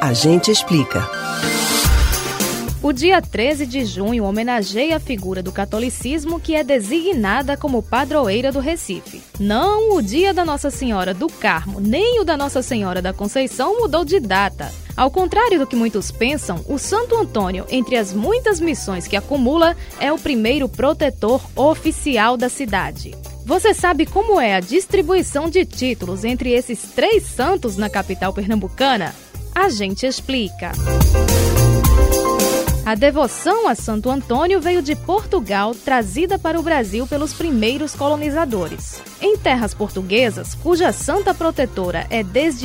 A gente explica. O dia 13 de junho homenageia a figura do catolicismo que é designada como padroeira do Recife. Não o dia da Nossa Senhora do Carmo, nem o da Nossa Senhora da Conceição mudou de data. Ao contrário do que muitos pensam, o Santo Antônio, entre as muitas missões que acumula, é o primeiro protetor oficial da cidade. Você sabe como é a distribuição de títulos entre esses 3 santos na capital pernambucana? A gente explica. A devoção a Santo Antônio veio de Portugal, trazida para o Brasil pelos primeiros colonizadores. Em terras portuguesas, cuja santa protetora é desde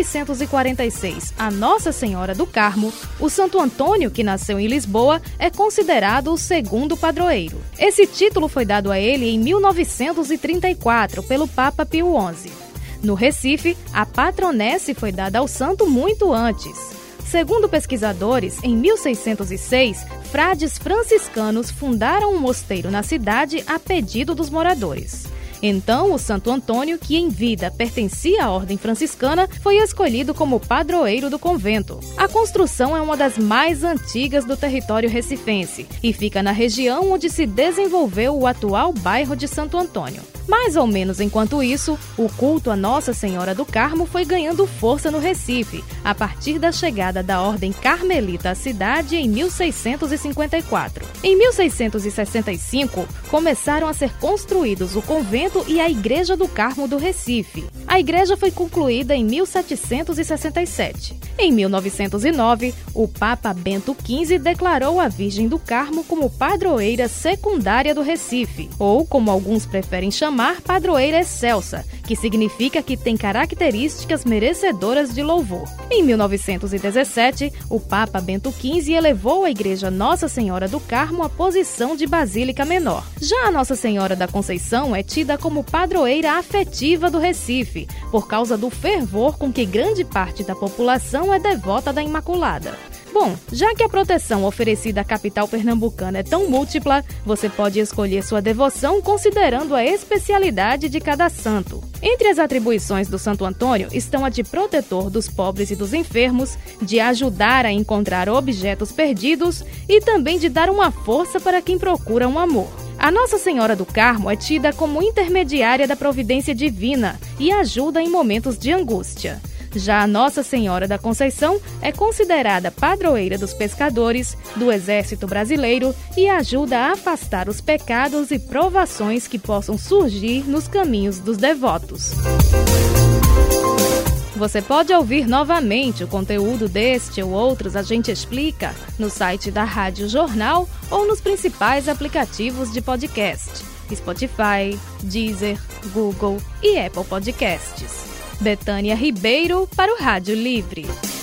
1646 a Nossa Senhora do Carmo, o Santo Antônio, que nasceu em Lisboa, é considerado o segundo padroeiro. Esse título foi dado a ele em 1934 pelo Papa Pio XI. No Recife, a patronesse foi dada ao santo muito antes. Segundo pesquisadores, em 1606, frades franciscanos fundaram um mosteiro na cidade a pedido dos moradores. Então, o Santo Antônio, que em vida pertencia à ordem franciscana, foi escolhido como padroeiro do convento. A construção é uma das mais antigas do território recifense e fica na região onde se desenvolveu o atual bairro de Santo Antônio. Mais ou menos enquanto isso, o culto a Nossa Senhora do Carmo foi ganhando força no Recife, a partir da chegada da Ordem Carmelita à cidade em 1654. Em 1665, começaram a ser construídos o convento e a Igreja do Carmo do Recife. A igreja foi concluída em 1767. Em 1909, o Papa Bento XV declarou a Virgem do Carmo como padroeira secundária do Recife, ou, como alguns preferem chamar, padroeira excelsa, que significa que tem características merecedoras de louvor. Em 1917, o Papa Bento XV elevou a Igreja Nossa Senhora do Carmo à posição de basílica menor. Já a Nossa Senhora da Conceição é tida como padroeira afetiva do Recife, por causa do fervor com que grande parte da população é devota da Imaculada. Bom, já que a proteção oferecida à capital pernambucana é tão múltipla, você pode escolher sua devoção considerando a especialidade de cada santo. Entre as atribuições do Santo Antônio estão a de protetor dos pobres e dos enfermos, de ajudar a encontrar objetos perdidos e também de dar uma força para quem procura um amor. A Nossa Senhora do Carmo é tida como intermediária da providência divina e ajuda em momentos de angústia. Já a Nossa Senhora da Conceição é considerada padroeira dos pescadores, do Exército Brasileiro e ajuda a afastar os pecados e provações que possam surgir nos caminhos dos devotos. Você pode ouvir novamente o conteúdo deste ou outros A Gente Explica no site da Rádio Jornal ou nos principais aplicativos de podcast: Spotify, Deezer, Google e Apple Podcasts. Betânia Ribeiro para o Rádio Livre.